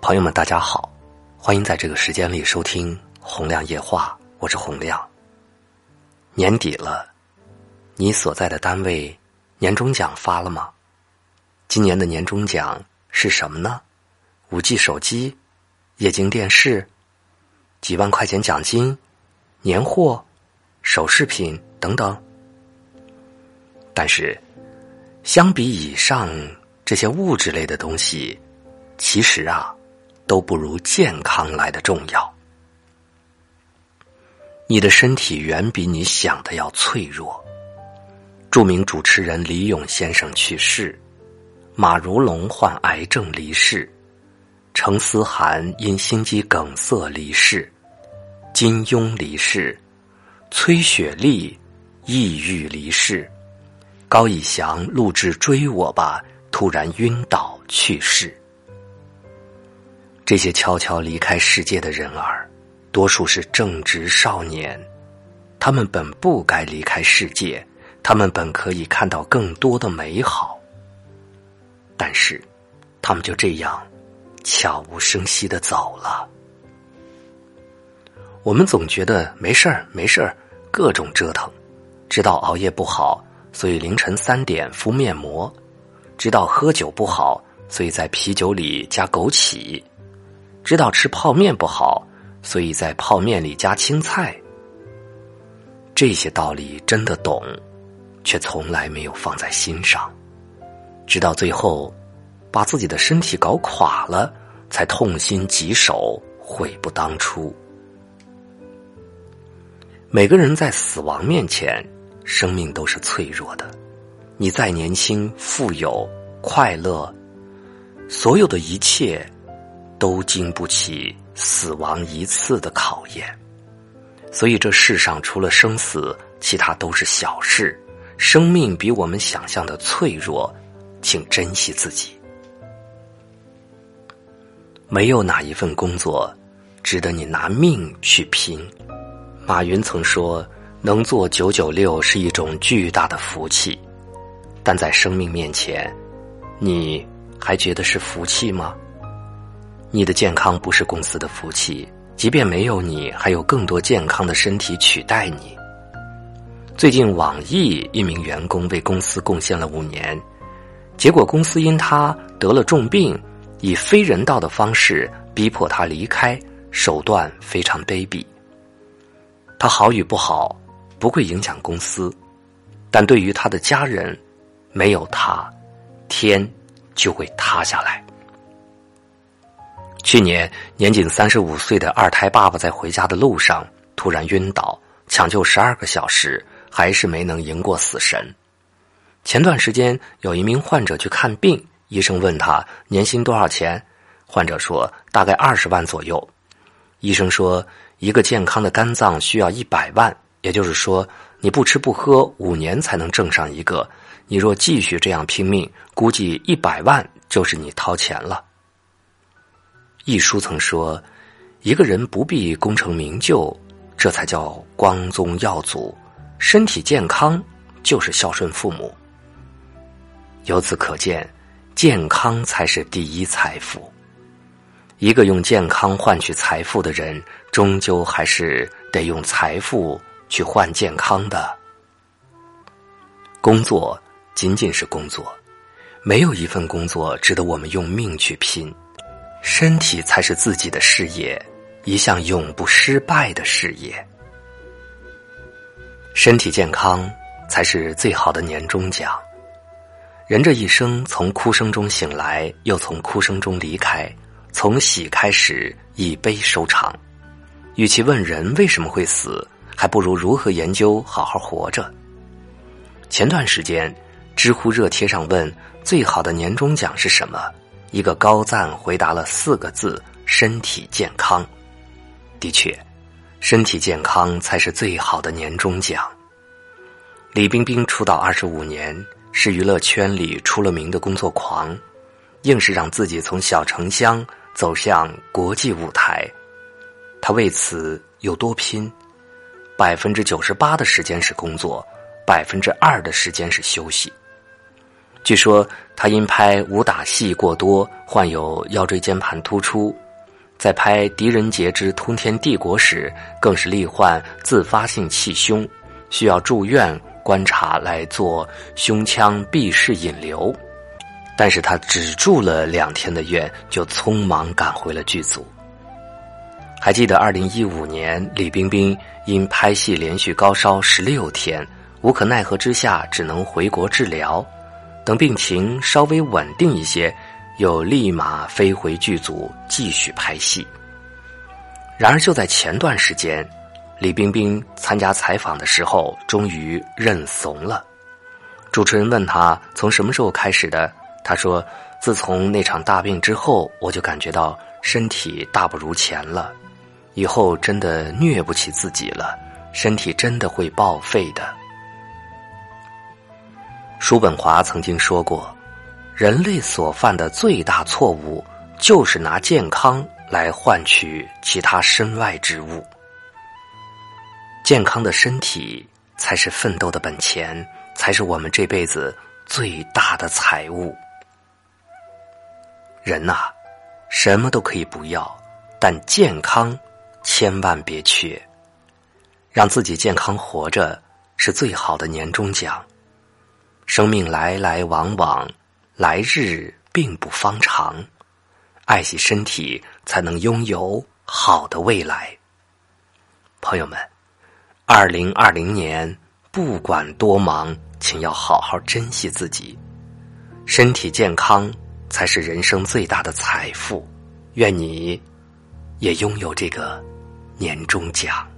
朋友们大家好，欢迎在这个时间里收听洪亮夜话，我是洪亮。年底了，你所在的单位年终奖发了吗？今年的年终奖是什么呢？5G 手机、液晶电视、几万块钱奖金、年货、首饰品等等。但是相比以上这些物质类的东西，其实都不如健康来的重要。你的身体远比你想的要脆弱。著名主持人李咏先生去世，马如龙患癌症离世，程思涵因心肌梗塞离世，金庸离世，崔雪莉抑郁离世，高以翔录制《追我吧》突然晕倒去世。这些悄悄离开世界的人儿，多数是正值少年，他们本不该离开世界，他们本可以看到更多的美好，但是他们就这样悄无声息地走了。我们总觉得没事儿，各种折腾，知道熬夜不好，所以凌晨3点敷面膜，知道喝酒不好，所以在啤酒里加枸杞，知道吃泡面不好，所以在泡面里加青菜。这些道理真的懂，却从来没有放在心上，直到最后把自己的身体搞垮了，才痛心疾首，悔不当初。每个人在死亡面前，生命都是脆弱的。你再年轻、富有、快乐，所有的一切都经不起死亡一次的考验。所以这世上除了生死，其他都是小事。生命比我们想象的脆弱，请珍惜自己。没有哪一份工作值得你拿命去拼。马云曾说，能做996是一种巨大的福气，但在生命面前，你还觉得是福气吗？你的健康不是公司的福气，即便没有你，还有更多健康的身体取代你。最近网易一名员工为公司贡献了5年，结果公司因他得了重病，以非人道的方式逼迫他离开，手段非常卑鄙。他好与不好不会影响公司，但对于他的家人，没有他，天就会塌下来。去年年仅35岁的2胎爸爸在回家的路上突然晕倒，抢救12个小时，还是没能赢过死神。前段时间有一名患者去看病，医生问他年薪多少钱，患者说大概20万左右。医生说一个健康的肝脏需要100万，也就是说你不吃不喝5年才能挣上一个，你若继续这样拼命，估计100万就是你掏钱了。一书曾说，一个人不必功成名就，这才叫光宗耀祖，身体健康就是孝顺父母。由此可见，健康才是第一财富。一个用健康换取财富的人，终究还是得用财富去换健康的。工作仅仅是工作，没有一份工作值得我们用命去拼。身体才是自己的事业，一项永不失败的事业。身体健康才是最好的年终奖。人这一生从哭声中醒来，又从哭声中离开，从喜开始，以悲收场。与其问人为什么会死，还不如如何研究好好活着。前段时间知乎热帖上问最好的年终奖是什么，一个高赞回答了4个字：身体健康。的确，身体健康才是最好的年终奖。李冰冰出道25年，是娱乐圈里出了名的工作狂，硬是让自己从小城乡走向国际舞台。她为此有多拼？98%的时间是工作，2%的时间是休息。 据说他因拍武打戏过多，患有腰椎间盘突出，在拍《狄仁杰之通天帝国》时，更是罹患自发性气胸，需要住院观察来做胸腔闭室引流。但是他只住了2天的院，就匆忙赶回了剧组。还记得2015年，李冰冰因拍戏连续高烧16天，无可奈何之下只能回国治疗，等病情稍微稳定一些，又立马飞回剧组继续拍戏。然而就在前段时间，李冰冰参加采访的时候终于认怂了。主持人问她从什么时候开始的，她说自从那场大病之后，我就感觉到身体大不如前了，以后真的虐不起自己了，身体真的会报废的。叔本华曾经说过，人类所犯的最大错误就是拿健康来换取其他身外之物。健康的身体才是奋斗的本钱，才是我们这辈子最大的财物。人啊，什么都可以不要，但健康千万别缺。让自己健康活着是最好的年终奖。生命来来往往，来日并不方长，爱惜身体才能拥有好的未来。朋友们，2020年不管多忙，请要好好珍惜自己，身体健康才是人生最大的财富。愿你也拥有这个年终奖。